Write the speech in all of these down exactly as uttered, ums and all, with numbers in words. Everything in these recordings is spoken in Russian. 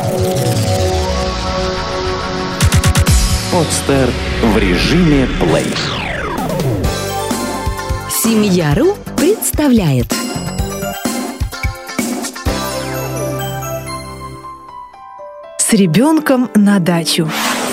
Подстер в режиме плей. Семья.ру представляет. С ребенком на дачу.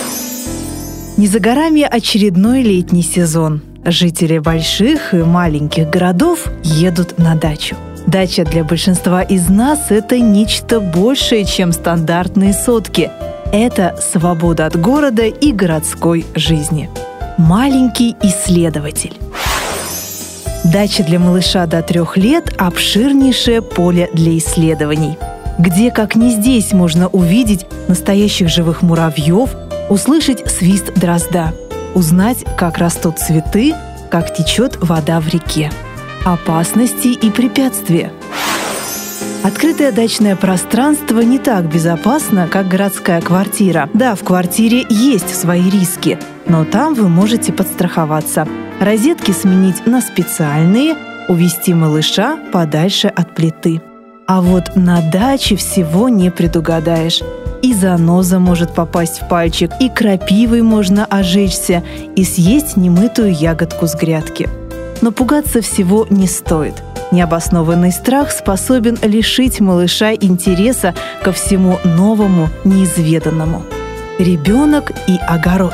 Не за горами очередной летний сезон. Жители больших и маленьких городов едут на дачу. Дача для большинства из нас – это нечто большее, чем стандартные сотки. Это свобода от города и городской жизни. Маленький исследователь. Дача для малыша до трех лет – обширнейшее поле для исследований. Где, как не здесь, можно увидеть настоящих живых муравьев, услышать свист дрозда, узнать, как растут цветы, как течет вода в реке. Опасности и препятствия. Открытое дачное пространство не так безопасно, как городская квартира. Да, в квартире есть свои риски, но там вы можете подстраховаться. Розетки сменить на специальные, увести малыша подальше от плиты. А вот на даче всего не предугадаешь. И заноза может попасть в пальчик, и крапивой можно ожечься, и съесть немытую ягодку с грядки. Но пугаться всего не стоит. Необоснованный страх способен лишить малыша интереса ко всему новому, неизведанному. Ребенок и огород.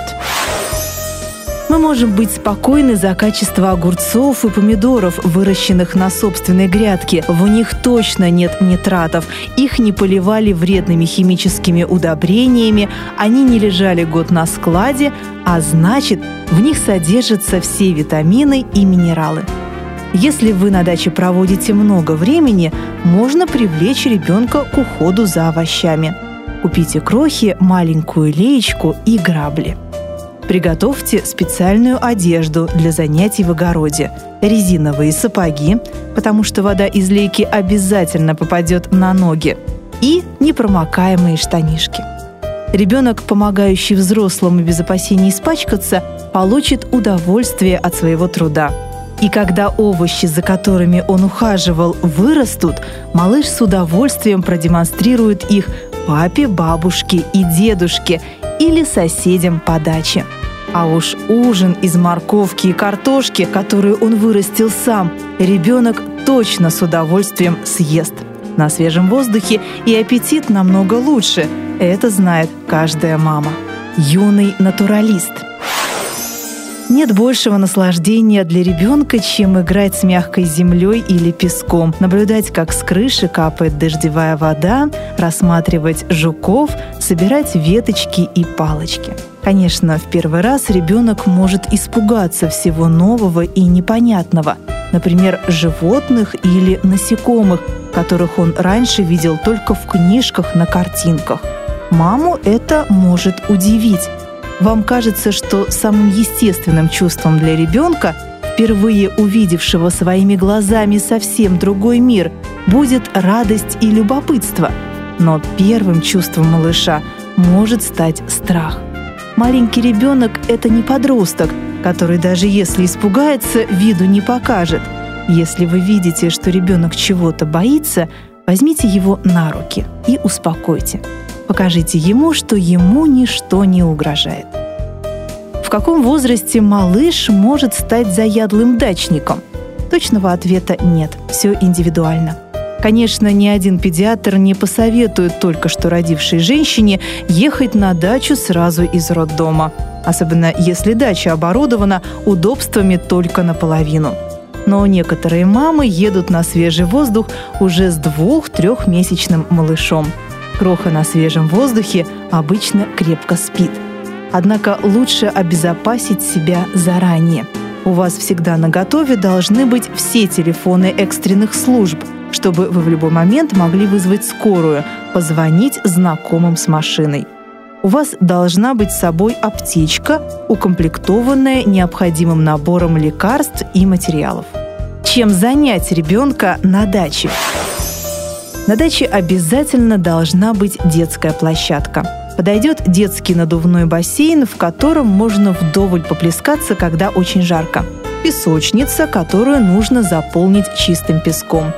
Мы можем быть спокойны за качество огурцов и помидоров, выращенных на собственной грядке. В них точно нет нитратов, их не поливали вредными химическими удобрениями, они не лежали год на складе, а значит, в них содержатся все витамины и минералы. Если вы на даче проводите много времени, можно привлечь ребенка к уходу за овощами. Купите крохи, маленькую леечку и грабли. Приготовьте специальную одежду для занятий в огороде. Резиновые сапоги, потому что вода из лейки обязательно попадет на ноги. И непромокаемые штанишки. Ребенок, помогающий взрослому без опасений испачкаться, получит удовольствие от своего труда. И когда овощи, за которыми он ухаживал, вырастут, малыш с удовольствием продемонстрирует их папе, бабушке и дедушке или соседям по даче. А уж ужин из морковки и картошки, которую он вырастил сам, ребенок точно с удовольствием съест. На свежем воздухе и аппетит намного лучше. Это знает каждая мама. Юный натуралист. Нет большего наслаждения для ребенка, чем играть с мягкой землей или песком, наблюдать, как с крыши капает дождевая вода, рассматривать жуков, собирать веточки и палочки. Конечно, в первый раз ребенок может испугаться всего нового и непонятного, например, животных или насекомых, которых он раньше видел только в книжках на картинках. Маму это может удивить. Вам кажется, что самым естественным чувством для ребенка, впервые увидевшего своими глазами совсем другой мир, будет радость и любопытство. Но первым чувством малыша может стать страх. Маленький ребенок – это не подросток, который даже если испугается, виду не покажет. Если вы видите, что ребенок чего-то боится, возьмите его на руки и успокойте. Покажите ему, что ему ничто не угрожает. В каком возрасте малыш может стать заядлым дачником? Точного ответа нет, все индивидуально. Конечно, ни один педиатр не посоветует только что родившей женщине ехать на дачу сразу из роддома, особенно если дача оборудована удобствами только наполовину. Но некоторые мамы едут на свежий воздух уже с двух-трехмесячным малышом. Кроха на свежем воздухе обычно крепко спит. Однако лучше обезопасить себя заранее. У вас всегда наготове должны быть все телефоны экстренных служб, чтобы вы в любой момент могли вызвать скорую, позвонить знакомым с машиной. У вас должна быть с собой аптечка, укомплектованная необходимым набором лекарств и материалов. Чем занять ребенка на даче? На даче обязательно должна быть детская площадка. Подойдет детский надувной бассейн, в котором можно вдоволь поплескаться, когда очень жарко. Песочница, которую нужно заполнить чистым песком.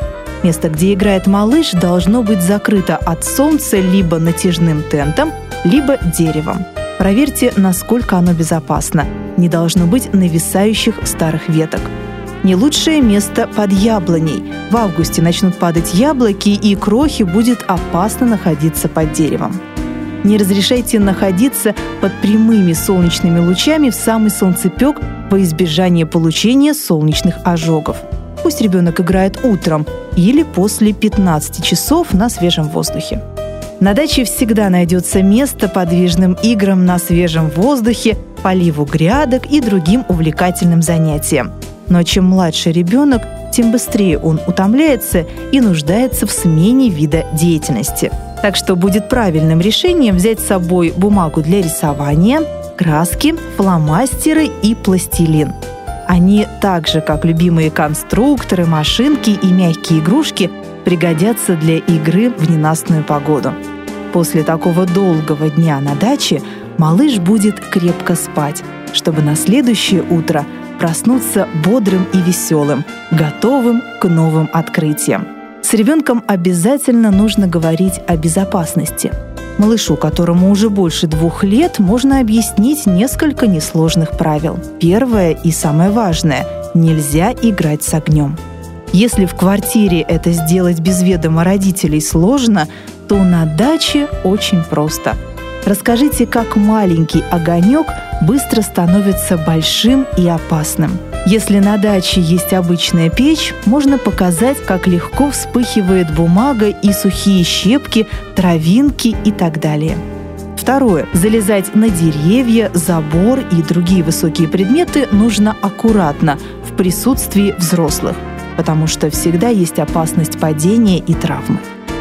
Место, где играет малыш, должно быть закрыто от солнца либо натяжным тентом, либо деревом. Проверьте, насколько оно безопасно. Не должно быть нависающих старых веток. Не лучшее место под яблоней. В августе начнут падать яблоки, и крохе будет опасно находиться под деревом. Не разрешайте находиться под прямыми солнечными лучами в самый солнцепек во избежание получения солнечных ожогов. Пусть ребенок играет утром или после пятнадцати часов на свежем воздухе. На даче всегда найдется место подвижным играм на свежем воздухе, поливу грядок и другим увлекательным занятиям. Но чем младше ребенок, тем быстрее он утомляется и нуждается в смене вида деятельности. Так что будет правильным решением взять с собой бумагу для рисования, краски, фломастеры и пластилин. Они, так же как любимые конструкторы, машинки и мягкие игрушки, пригодятся для игры в ненастную погоду. После такого долгого дня на даче малыш будет крепко спать, чтобы на следующее утро проснуться бодрым и веселым, готовым к новым открытиям. С ребенком обязательно нужно говорить о безопасности. Малышу, которому уже больше двух лет, можно объяснить несколько несложных правил. Первое и самое важное – нельзя играть с огнем. Если в квартире это сделать без ведома родителей сложно, то на даче очень просто. Расскажите, как маленький огонек быстро становится большим и опасным. Если на даче есть обычная печь, можно показать, как легко вспыхивает бумага и сухие щепки, травинки и так далее. Второе. Залезать на деревья, забор и другие высокие предметы нужно аккуратно, в присутствии взрослых, потому что всегда есть опасность падения и травмы.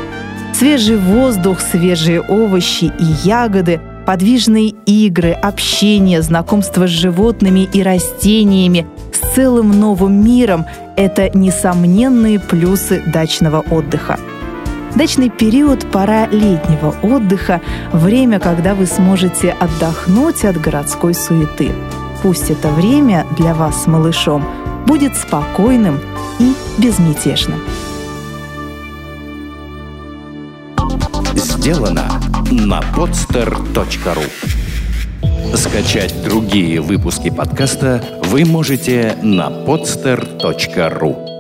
Свежий воздух, свежие овощи и ягоды, подвижные игры, общение, знакомство с животными и растениями, с целым новым миром – это несомненные плюсы дачного отдыха. Дачный период – пора летнего отдыха, время, когда вы сможете отдохнуть от городской суеты. Пусть это время для вас с малышом будет спокойным и безмятежным. Сделано на подстер точка ру. Скачать другие выпуски подкаста вы можете на подстер точка ру.